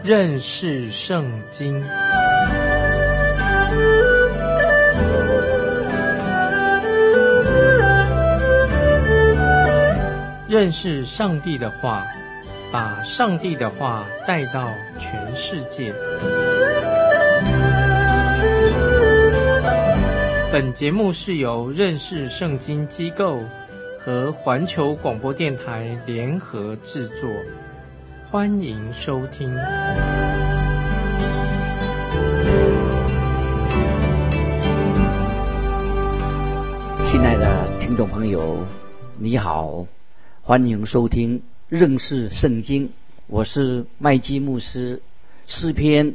认识圣经。认识上帝的话，把上帝的话带到全世界。本节目是由认识圣经机构和环球广播电台联合制作，欢迎收听。 亲爱的听众朋友，你好，欢迎收听认识圣经，我是麦基牧师。诗篇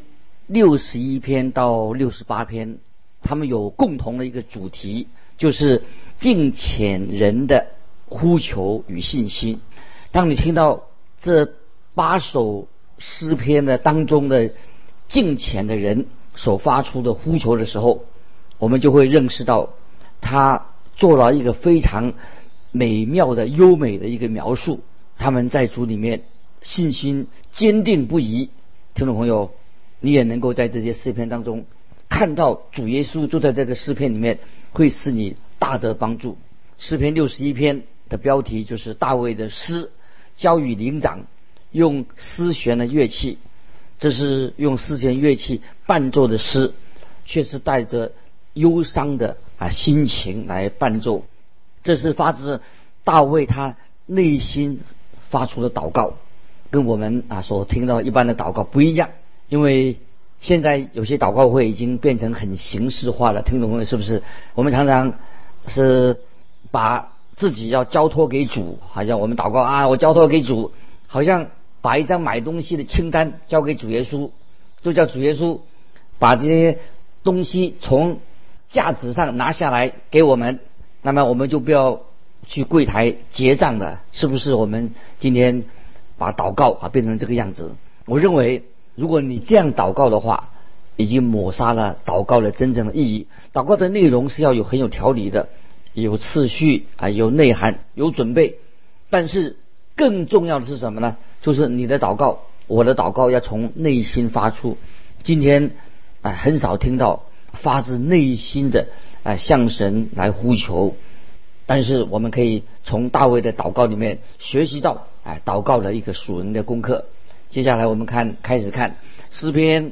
61篇到68篇，他们有共同的一个主题，就是敬虔人的呼求与信心。当你听到这8首诗篇的当中的敬虔的人所发出的呼求的时候，我们就会认识到他做了一个非常美妙的优美的一个描述，他们在主里面信心坚定不移。听众朋友，你也能够在这些诗篇当中看到主耶稣就在这个诗篇里面，会使你大得帮助。诗篇61篇的标题就是大卫的诗，交与灵长，用丝弦的乐器。这是用丝弦乐器伴奏的诗，却是带着忧伤的心情来伴奏。这是发自大卫他内心发出的祷告，跟我们所听到一般的祷告不一样。因为现在有些祷告会已经变成很形式化了，听懂了是不是？我们常常是把自己要交托给主，好像我们祷告我交托给主，好像把一张买东西的清单交给主耶稣，就叫主耶稣把这些东西从架子上拿下来给我们，那么我们就不要去柜台结账了，是不是？我们今天把祷告变成这个样子。我认为如果你这样祷告的话，已经抹杀了祷告的真正的意义。祷告的内容是要很有条理的，有次序有内涵，有准备。但是更重要的是什么呢？就是你的祷告，我的祷告要从内心发出。今天很少听到发自内心的向神来呼求，但是我们可以从大卫的祷告里面学习到祷告的一个属灵的功课。接下来我们开始看诗篇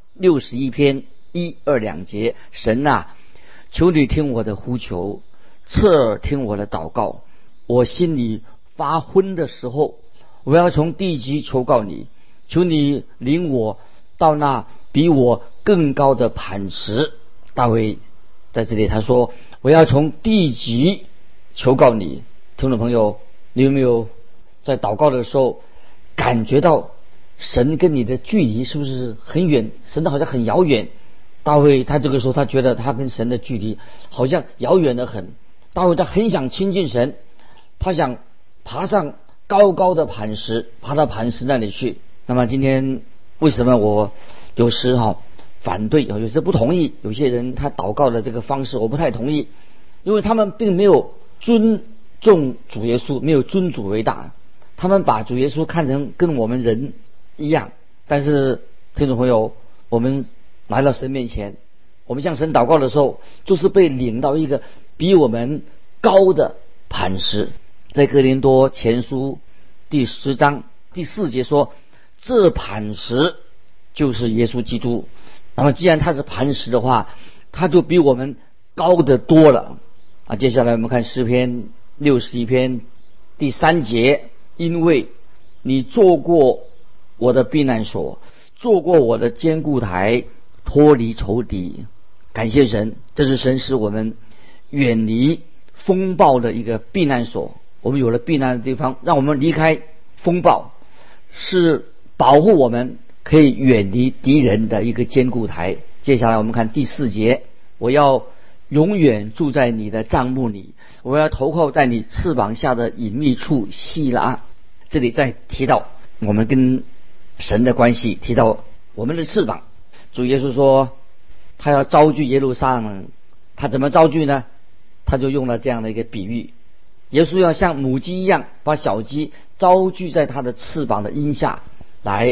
61篇1、2、2节。神求你听我的呼求，侧耳听我的祷告。我心里发昏的时候，我要从地极求告你，求你领我到那比我更高的磐石。大卫在这里他说，我要从地极求告你。听众朋友，你有没有在祷告的时候感觉到神跟你的距离是不是很远？神好像很遥远。大卫他这个时候他觉得他跟神的距离好像遥远得很。大卫他很想亲近神，他想爬上高高的磐石，爬到磐石那里去。那么今天为什么我有时反对，有时不同意？有些人他祷告的这个方式我不太同意，因为他们并没有尊重主耶稣，没有尊主为大，他们把主耶稣看成跟我们人一样。但是听众朋友，我们来到神面前，我们向神祷告的时候，就是被领到一个比我们高的磐石。在哥林多前书第10章第4节说，这磐石就是耶稣基督。那么既然他是磐石的话，他就比我们高得多了。接下来我们看诗篇61篇第3节，因为你做过我的避难所，做过我的坚固台，脱离仇敌。感谢神，这是神使我们远离风暴的一个避难所。我们有了避难的地方，让我们离开风暴，是保护我们可以远离敌人的一个坚固台。接下来我们看第4节，我要永远住在你的帐幕里，我要投靠在你翅膀下的隐秘处细拉。这里再提到我们跟神的关系，提到我们的翅膀。主耶稣说他要招聚耶路撒冷，他怎么招聚呢？他就用了这样的一个比喻，耶稣要像母鸡一样把小鸡招聚在他的翅膀的荫下，来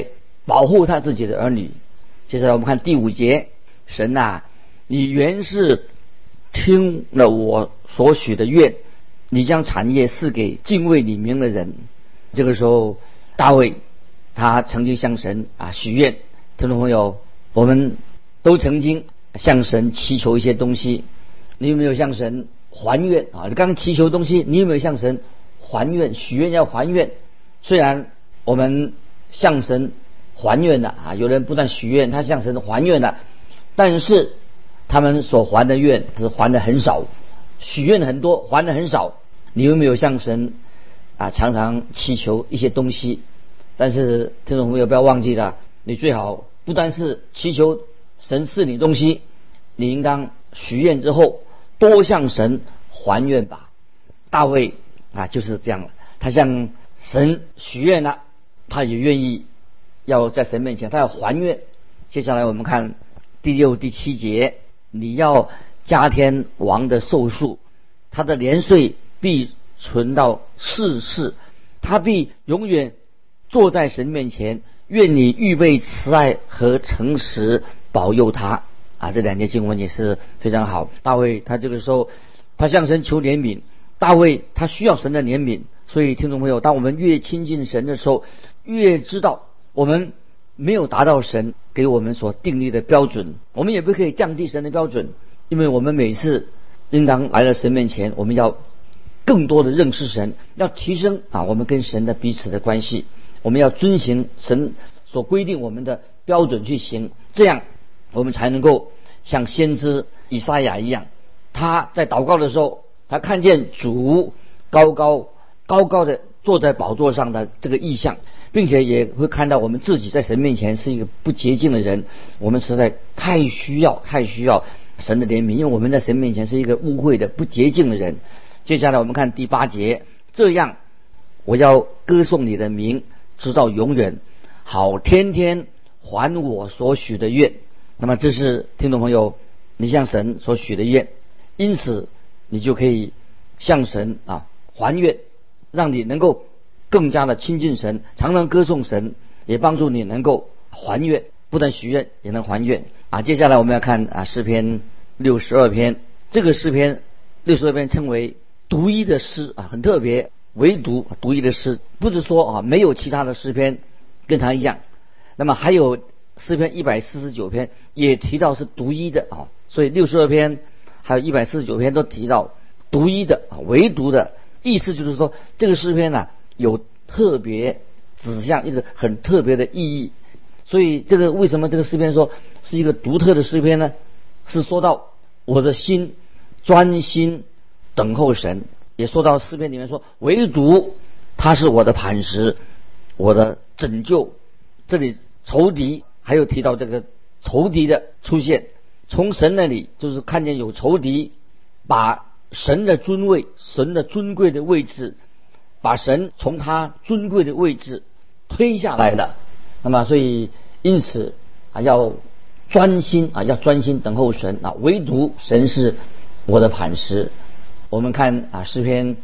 保护他自己的儿女。接下来我们看第5节，神啊，你原是听了我所许的愿，你将产业赐给敬畏你名的人。这个时候大卫他曾经向神许愿。听众朋友，我们都曾经向神祈求一些东西，你有没有向神还愿你刚刚祈求东西，你有没有向神还愿？许愿要还愿。虽然我们向神还愿了有人不但许愿，他向神还愿了，但是他们所还的愿是还的很少，许愿很多，还的很少。你有没有向神常常祈求一些东西？但是听众朋友不要忘记了，你最好不单是祈求神赐你东西，你应当许愿之后多向神还愿吧。大卫就是这样了，他向神许愿了，他也愿意要在神面前他要还愿。接下来我们看第6、第7节，你要加添王的寿数，他的年岁必存到世世，他必永远坐在神面前，愿你预备慈爱和诚实保佑他这2节经文也是非常好。大卫他这个时候他向神求怜悯，大卫他需要神的怜悯。所以听众朋友，当我们越亲近神的时候，越知道我们没有达到神给我们所订立的标准，我们也不可以降低神的标准，因为我们每次应当来到神面前，我们要更多的认识神，要提升我们跟神的彼此的关系，我们要遵行神所规定我们的标准去行，这样我们才能够像先知以赛亚一样，他在祷告的时候，他看见主高高的坐在宝座上的这个意象，并且也会看到我们自己在神面前是一个不洁净的人，我们实在太需要神的怜悯，因为我们在神面前是一个污秽的不洁净的人。接下来我们看第8节，这样我要歌颂你的名直到永远，好天天还我所许的愿。那么这是听众朋友你向神所许的愿，因此你就可以向神还愿，让你能够更加的亲近神，常常歌颂神，也帮助你能够还愿，不但许愿也能还愿接下来我们要看诗篇62篇。这个诗篇62篇称为独一的诗很特别，唯独独一的诗，不是说没有其他的诗篇跟它一样。那么还有诗篇149篇也提到是独一的所以62篇还有149篇都提到独一的唯独的，意思就是说这个诗篇有特别指向一个很特别的意义。所以这个为什么这个诗篇说是一个独特的诗篇呢？是说到我的心专心等候神，也说到诗篇里面说唯独他是我的磐石，我的拯救。这里仇敌还有提到这个仇敌的出现，从神那里就是看见有仇敌把神的尊位，神的尊贵的位置，把神从他尊贵的位置推下来的。那么所以因此要专心等候神唯独神是我的磐石。我们看诗篇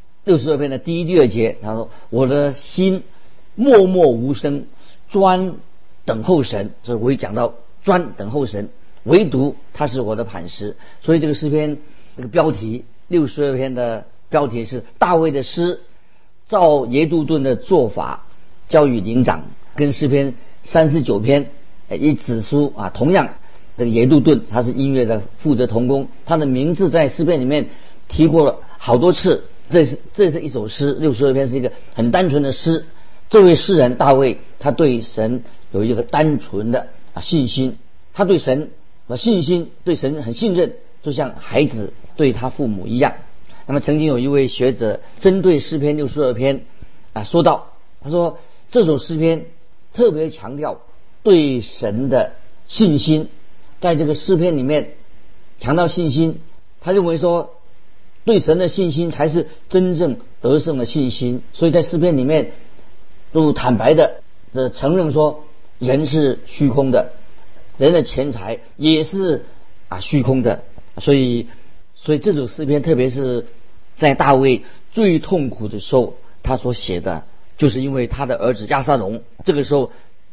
62篇的第1、第2节，他说我的心默默无声专等候神，所以我会讲到专等候神，唯独他是我的磐石。所以这个诗篇这个标题62篇的标题是大卫的诗，照耶杜顿的做法教育灵长，跟诗篇39篇一指出同样这个耶杜顿他是音乐的负责同工，他的名字在诗篇里面提过了好多次。这是一首诗，62篇是一个很单纯的诗。这位诗人大卫他对神有一个单纯的信心，他对神的信心，对神很信任，就像孩子对他父母一样。那么曾经有一位学者针对诗篇62篇说到，他说这首诗篇特别强调对神的信心，在这个诗篇里面强调信心，他认为说对神的信心才是真正得胜的信心。所以在诗篇里面都坦白的承认说人是虚空的，人的钱财也是虚空的。所以这首诗篇特别是在大卫最痛苦的时候他所写的，就是因为他的儿子押沙龙这个时候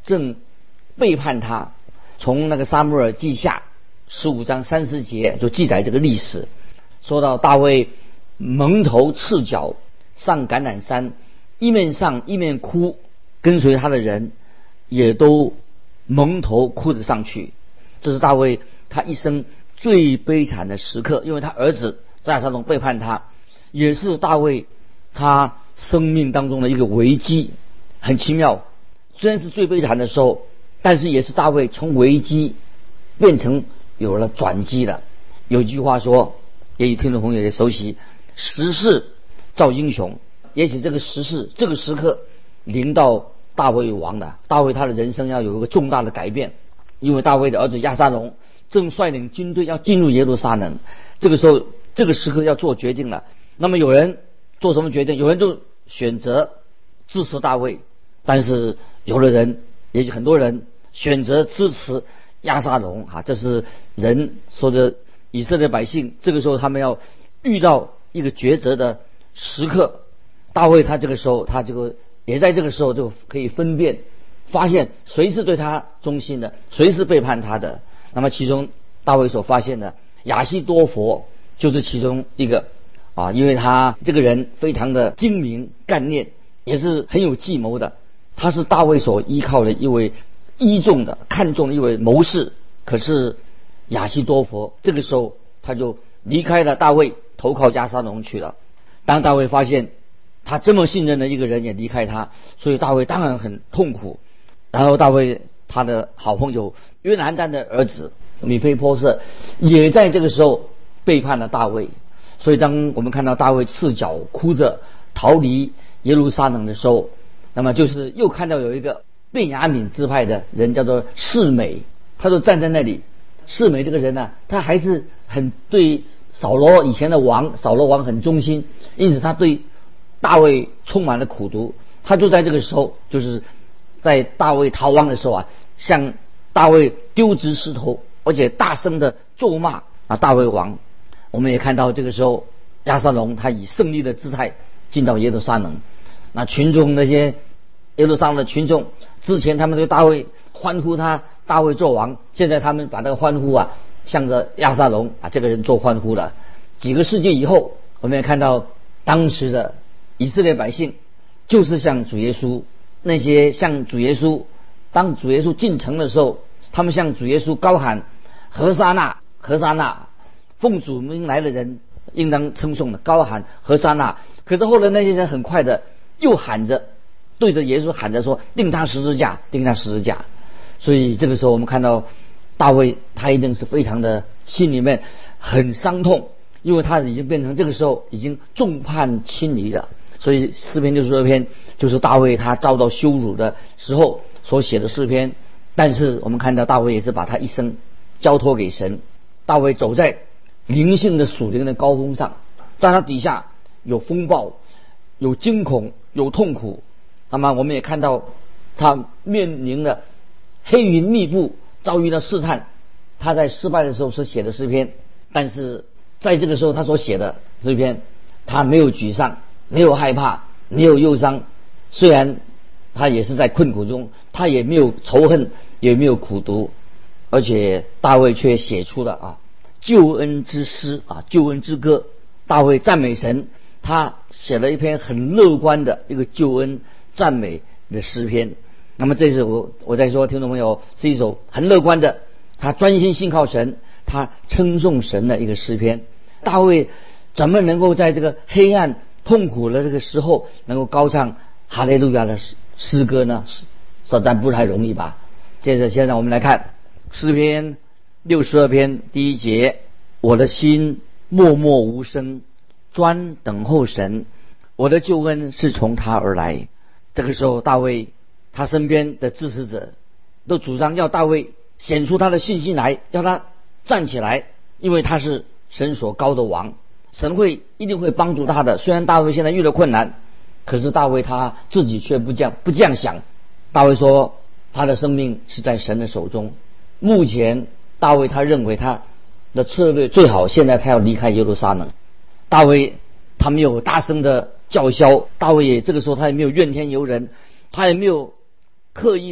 正背叛他。从那个撒母耳记下15章30节就记载这个历史，说到大卫蒙头赤脚上橄榄山，一面上一面哭，跟随他的人也都蒙头哭着上去。这是大卫他一生最悲惨的时刻，因为他儿子亚沙龙背叛他，也是大卫他生命当中的一个危机。很奇妙，虽然是最悲惨的时候，但是也是大卫从危机变成有了转机的。有一句话说，也许听众朋友也熟悉，时势造英雄。也许这个时势这个时刻临到大卫王的，大卫他的人生要有一个重大的改变，因为大卫的儿子亚沙龙正率领军队要进入耶路撒冷。这个时候这个时刻要做决定了。那么有人做什么决定？有人就选择支持大卫，但是有的人，也许很多人选择支持亚沙龙这是人说的以色列百姓这个时候他们要遇到一个抉择的时刻。大卫他这个时候他也在这个时候就可以分辨发现谁是对他忠心的，谁是背叛他的。那么其中大卫所发现的亚希多弗就是其中一个因为他这个人非常的精明干练，也是很有计谋的。他是大卫所依靠的一位倚重的看重的一位谋士。可是亚希多弗这个时候他就离开了大卫，投靠亚沙龙去了。当大卫发现他这么信任的一个人也离开他，所以大卫当然很痛苦。然后大卫他的好朋友约拿单的儿子米非波设也在这个时候背叛了大卫。所以当我们看到大卫赤脚哭着逃离耶路撒冷的时候，那么就是又看到有一个便雅悯支派的人叫做示每，他就站在那里。示每这个人呢，他还是很对扫罗以前的扫罗王很忠心，因此他对大卫充满了苦毒。他就在这个时候，就是在大卫逃亡的时候向大卫丢掷石头，而且大声的咒骂大卫王。我们也看到这个时候亚沙龙他以胜利的姿态进到耶路撒冷。那群众那些耶路撒冷的群众之前他们对大卫欢呼他大卫做王，现在他们把那个欢呼向着亚沙龙这个人做欢呼了。几个世纪以后，我们也看到当时的以色列百姓就是向主耶稣，那些向主耶稣，当主耶稣进城的时候，他们向主耶稣高喊何沙那何沙那，奉主名来的人应当称颂的，高喊何沙那。可是后来那些人很快的又喊着对着耶稣喊着说钉他十字架，钉他十字架。所以这个时候我们看到大卫他一定是非常的心里面很伤痛，因为他已经变成这个时候已经众叛亲离了。所以诗篇62篇就是大卫他遭到羞辱的时候所写的诗篇。但是我们看到大卫也是把他一生交托给神。大卫走在灵性的属灵的高峰上，在他底下有风暴，有惊恐，有痛苦。那么我们也看到他面临了黑云密布，遭遇了试探。他在失败的时候所写的诗篇，但是在这个时候他所写的诗篇，他没有沮丧，没有害怕，没有忧伤。虽然他也是在困苦中，他也没有仇恨，也没有苦毒，而且大卫却写出了救恩之诗救恩之歌。大卫赞美神，他写了一篇很乐观的一个救恩赞美的诗篇。那么这是我在说听众朋友是一首很乐观的，他专心信靠神，他称颂神的一个诗篇。大卫怎么能够在这个黑暗痛苦的这个时候能够高唱哈利路亚的诗歌呢？实在不太容易吧。接着现在我们来看诗篇62篇第1节，我的心默默无声，专等候神，我的救恩是从他而来。这个时候大卫他身边的支持者都主张要大卫显出他的信心来，要他站起来，因为他是神所高的王，神一定会帮助他的。虽然大卫现在遇到困难，可是大卫他自己却不这样想。大卫说他的生命是在神的手中。目前大卫他认为他的策略最好，现在他要离开耶路撒冷。大卫他没有大声的叫嚣，大卫也这个时候他也没有怨天尤人，他也没有刻意的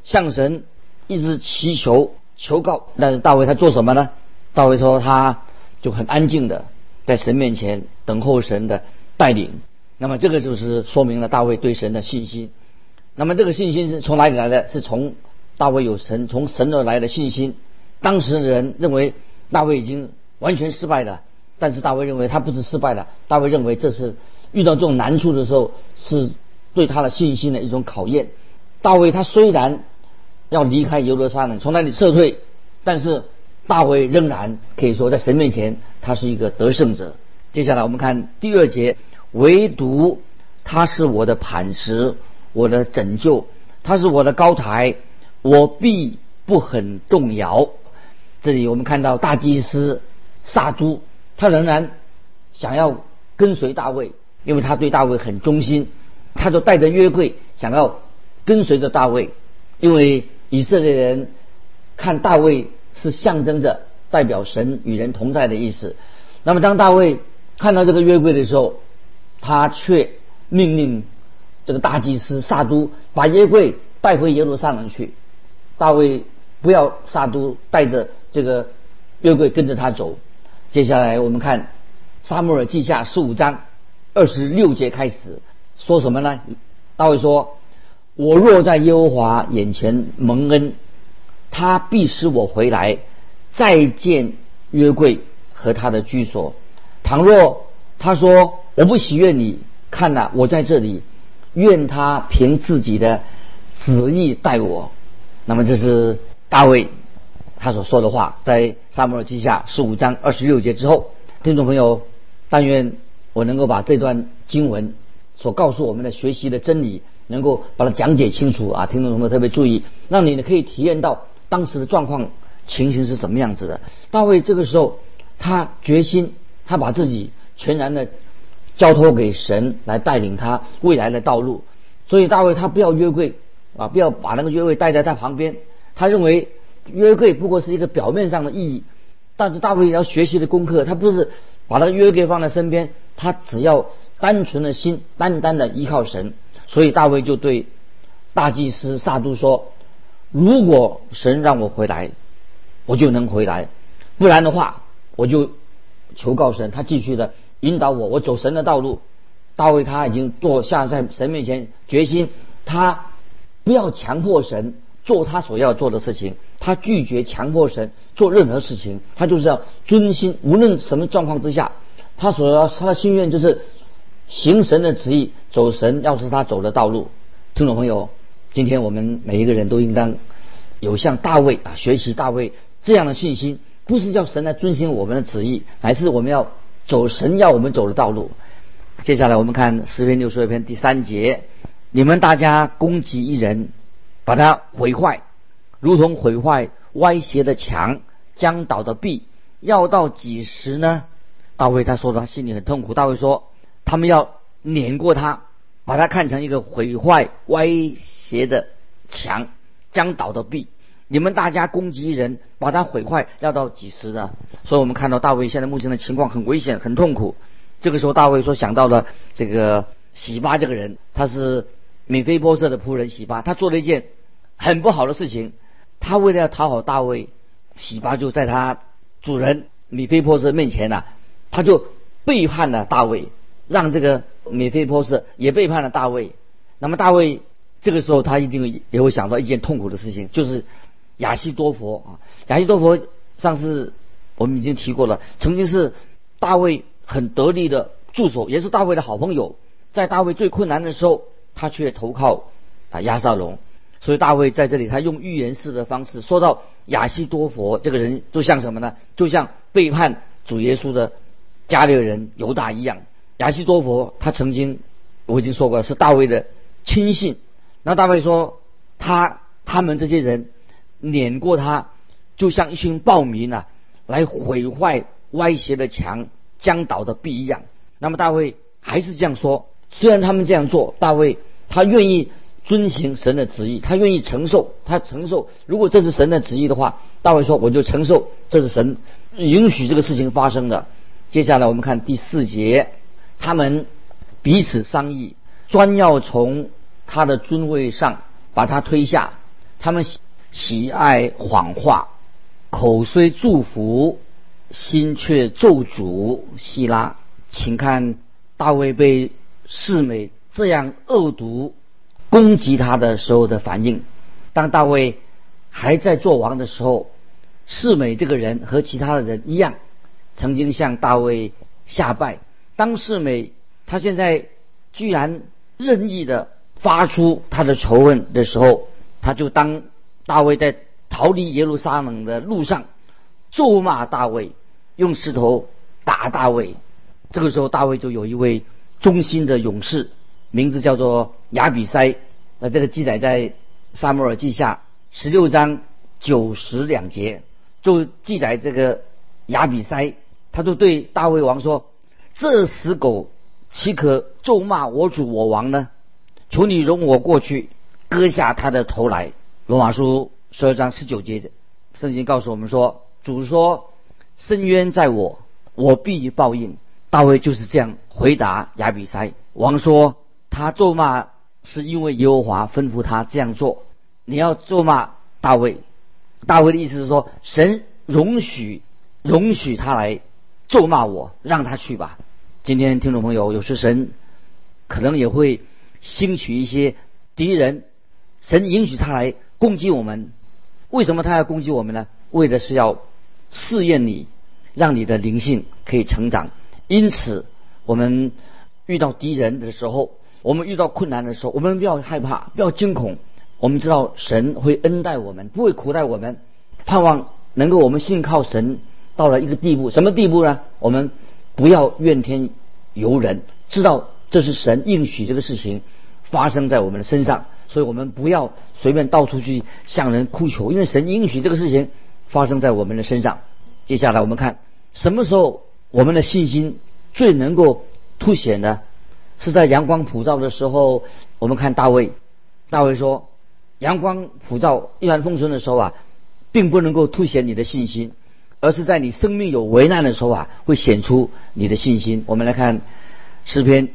向神一直祈求告。但是大卫他做什么呢？大卫说他就很安静的在神面前等候神的带领。那么这个就是说明了大卫对神的信心。那么这个信心是从哪里来的？是从大卫有从神而来的信心。当时的人认为大卫已经完全失败了，但是大卫认为他不是失败了，大卫认为这是遇到这种难处的时候是对他的信心的一种考验。大卫他虽然要离开耶路撒冷，从那里撤退，但是大卫仍然可以说在神面前他是一个得胜者。接下来我们看第2节，唯独他是我的磐石，我的拯救，他是我的高台，我必不很动摇。这里我们看到大祭司撒督，他仍然想要跟随大卫，因为他对大卫很忠心，他就带着约柜想要跟随着大卫。因为以色列人看大卫是象征着代表神与人同在的意思。那么当大卫看到这个约柜的时候，他却命令这个大祭司撒督把约柜带回耶路撒冷去。大卫不要撒督带着这个约柜跟着他走。接下来我们看撒母耳记下15章26节开始说什么呢？大卫说，我若在耶和华眼前蒙恩，他必使我回来，再见约柜和他的居所。倘若他说我不喜悦你，看哪，我在这里，愿他凭自己的旨意待我。那么这是大卫他所说的话，在撒母耳记下15章26节之后。听众朋友，但愿我能够把这段经文所告诉我们的学习的真理能够把它讲解清楚啊！听众朋友特别注意，让你可以体验到当时的状况情形是怎么样子的。大卫这个时候他决心，他把自己全然的交托给神来带领他未来的道路。所以大卫他不要约柜啊，不要把那个约柜带在他旁边。他认为约柜不过是一个表面上的意义，但是大卫要学习的功课，他不是把那个约柜放在身边，他只要单纯的心，单单的依靠神。所以大卫就对大祭司撒督说，如果神让我回来，我就能回来，不然的话我就求告神，他继续的引导我走神的道路。大卫他已经做下在神面前决心，他不要强迫神做他所要做的事情，他拒绝强迫神做任何事情，他就是要遵心，无论什么状况之下，他的心愿就是行神的旨意，走神要是他走的道路。听众朋友，今天我们每一个人都应当有像大卫学习大卫这样的信心，不是叫神来遵行我们的旨意，乃是我们要走神要我们走的道路。接下来我们看诗篇62篇第3节，你们大家攻击一人，把他毁坏，如同毁坏歪斜的墙，将倒的壁，要到几时呢？大卫他说他心里很痛苦。大卫说他们要碾过他，把他看成一个毁坏歪斜的墙，将倒的壁。你们大家攻击人，把他毁坏，要到几时呢？所以我们看到大卫现在目前的情况很危险，很痛苦。这个时候大卫说想到了这个洗巴这个人，他是米非波设的仆人洗巴，他做了一件很不好的事情。他为了要讨好大卫，洗巴就在他主人米非波设面前他就背叛了大卫，让这个米非波设也背叛了大卫。那么大卫这个时候他一定也会想到一件痛苦的事情，就是亚希多弗亚希多弗上次我们已经提过了，曾经是大卫很得力的助手，也是大卫的好朋友。在大卫最困难的时候，他却投靠押沙龙。所以大卫在这里他用预言式的方式说到亚希多弗这个人就像什么呢？就像背叛主耶稣的加略人犹大一样。亚希多弗他曾经我已经说过是大卫的亲信。那大卫说他们这些人碾过他，就像一群暴民来毁坏歪斜的墙，将倒的壁一样。那么大卫还是这样说，虽然他们这样做，大卫他愿意遵行神的旨意，他愿意承受，如果这是神的旨意的话，大卫说我就承受，这是神允许这个事情发生的。接下来我们看第4节，他们彼此商议，专要从他的尊位上把他推下， 他们喜爱谎话，口虽祝福，心却咒诅。希拉，请看大卫被示每这样恶毒攻击他的时候的反应。当大卫还在做王的时候，示每这个人和其他的人一样，曾经向大卫下拜。当示每他现在居然任意的发出他的仇恨的时候，他就当大卫在逃离耶路撒冷的路上咒骂大卫，用石头打大卫。这个时候大卫就有一位忠心的勇士，名字叫做亚比筛。这个记载在撒母耳记下16章92节，就记载这个亚比筛，他就对大卫王说：这死狗岂可咒骂我主我王呢？求你容我过去，割下他的头来。罗马书12章19节，圣经告诉我们说，主说：深渊在我，我必报应。大卫就是这样回答亚比筛。王说他咒骂是因为耶和华吩咐他这样做，你要咒骂大卫。大卫的意思是说，神容许他来咒骂我，让他去吧。今天听众朋友，有时神可能也会兴起一些敌人，神允许他来攻击我们。为什么他要攻击我们呢？为的是要试验你，让你的灵性可以成长。因此我们遇到敌人的时候，我们遇到困难的时候，我们不要害怕，不要惊恐。我们知道神会恩待我们，不会苦待我们，盼望能够我们信靠神到了一个地步。什么地步呢？我们不要怨天尤人，知道这是神应许这个事情发生在我们的身上，所以我们不要随便到处去向人哭求，因为神应许这个事情发生在我们的身上。接下来我们看什么时候我们的信心最能够凸显呢？是在阳光普照的时候。我们看大卫说，阳光普照一帆风顺的时候并不能够凸显你的信心，而是在你生命有危难的时候会显出你的信心。我们来看诗篇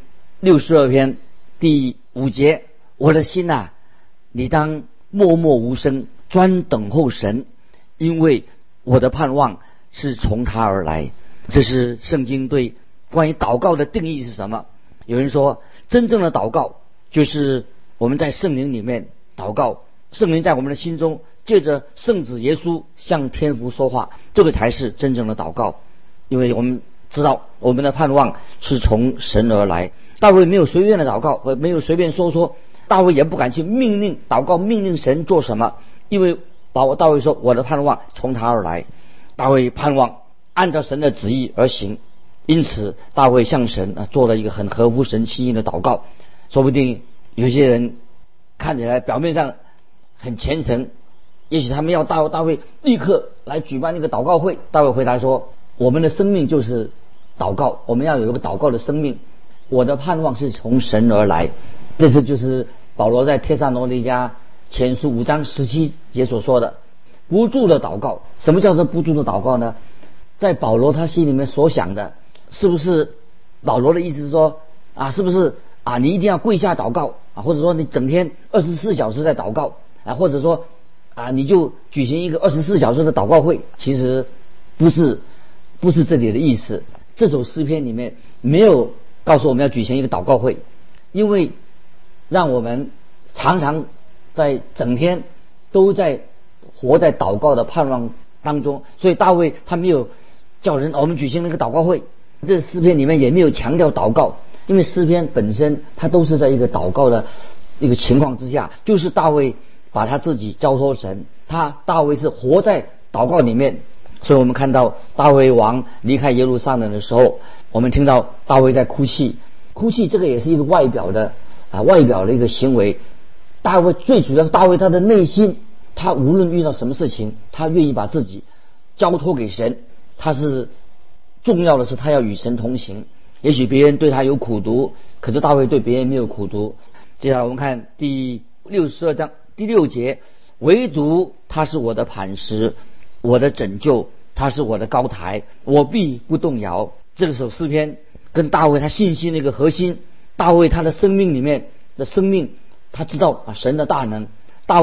62篇第5节，我的心你当默默无声，专等候神，因为我的盼望是从他而来。这是圣经对关于祷告的定义是什么？有人说，真正的祷告就是我们在圣灵里面祷告，圣灵在我们的心中借着圣子耶稣向天父说话，这个才是真正的祷告。因为我们知道我们的盼望是从神而来。大卫没有随便的祷告，没有随便说，大卫也不敢去祷告命令神做什么，因为大卫说我的盼望从他而来。大卫盼望按照神的旨意而行，因此大卫向神做了一个很合乎神心意的祷告。说不定有些人看起来表面上很虔诚，也许他们要大卫立刻来举办一个祷告会。大卫回答说，我们的生命就是祷告，我们要有一个祷告的生命，我的盼望是从神而来。这次就是保罗在帖撒罗尼迦前书5章17节所说的不住的祷告。什么叫做不住的祷告呢？在保罗他心里面所想的，是不是保罗的意思是说是不是你一定要跪下祷告或者说你整天24小时在祷告或者说你就举行一个24小时的祷告会？其实不是这里的意思。这首诗篇里面没有告诉我们要举行一个祷告会，因为让我们常常在整天都在活在祷告的盼望当中，所以大卫他没有叫人我们举行那个祷告会。这诗篇里面也没有强调祷告，因为诗篇本身它都是在一个祷告的一个情况之下，就是大卫把他自己交托神，大卫是活在祷告里面。所以我们看到大卫王离开耶路撒冷的时候，我们听到大卫在哭泣，这个也是一个外表的一个行为。大卫最主要是大卫他的内心，他无论遇到什么事情，他愿意把自己交托给神。他是重要的是他要与神同行。也许别人对他有苦毒，可是大卫对别人没有苦毒。接下来我们看第62章第6节，唯独他是我的磐石，我的拯救，他是我的高台，我必不动摇。这首诗篇跟大卫他信心的一个核心。大卫他的生命里面的生命，他知道神的大能。大卫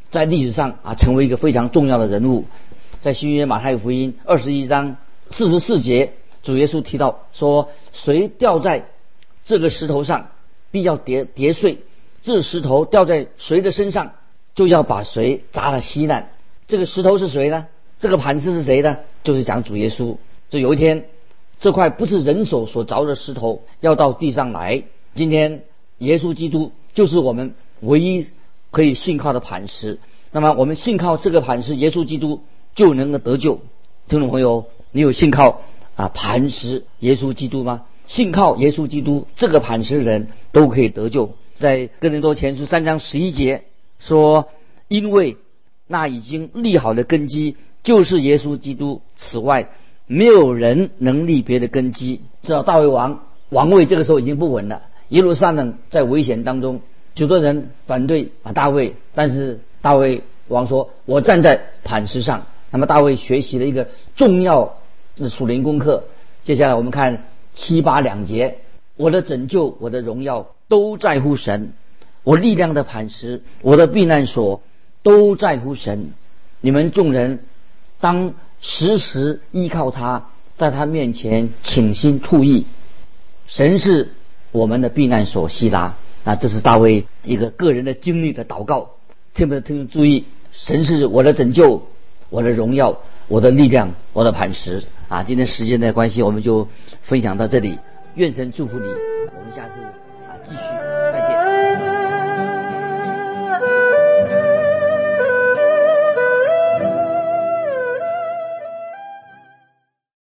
在历史上成为一个非常重要的人物。在新约马太福音21章44节，主耶稣提到说，谁掉在这个石头上，必要跌碎；这石头掉在谁的身上，就要把谁砸了稀烂。这个石头是谁呢？这个磐石是谁呢？就是讲主耶稣。这有一天，这块不是人手所凿的石头要到地上来。今天耶稣基督就是我们唯一可以信靠的磐石。那么我们信靠这个磐石耶稣基督就能够得救。听众朋友，你有信靠磐石耶稣基督吗？信靠耶稣基督这个磐石的人都可以得救。在哥林多前书3章11节说，因为那已经立好的根基就是耶稣基督，此外没有人能立别的根基。知道大卫王位这个时候已经不稳了，耶路撒冷在危险当中，许多人反对大卫，但是大卫王说，我站在磐石上。那么大卫学习了一个重要的属灵功课。接下来我们看7、8两节，我的拯救，我的荣耀都在乎神，我力量的磐石，我的避难所都在乎神。你们众人当时时依靠他，在他面前倾心吐意。神是我们的避难所，希拉。这是大卫一个个人的经历的祷告。听注意，神是我的拯救，我的荣耀，我的力量，我的磐石。今天时间的关系，我们就分享到这里。愿神祝福你，我们下次继续。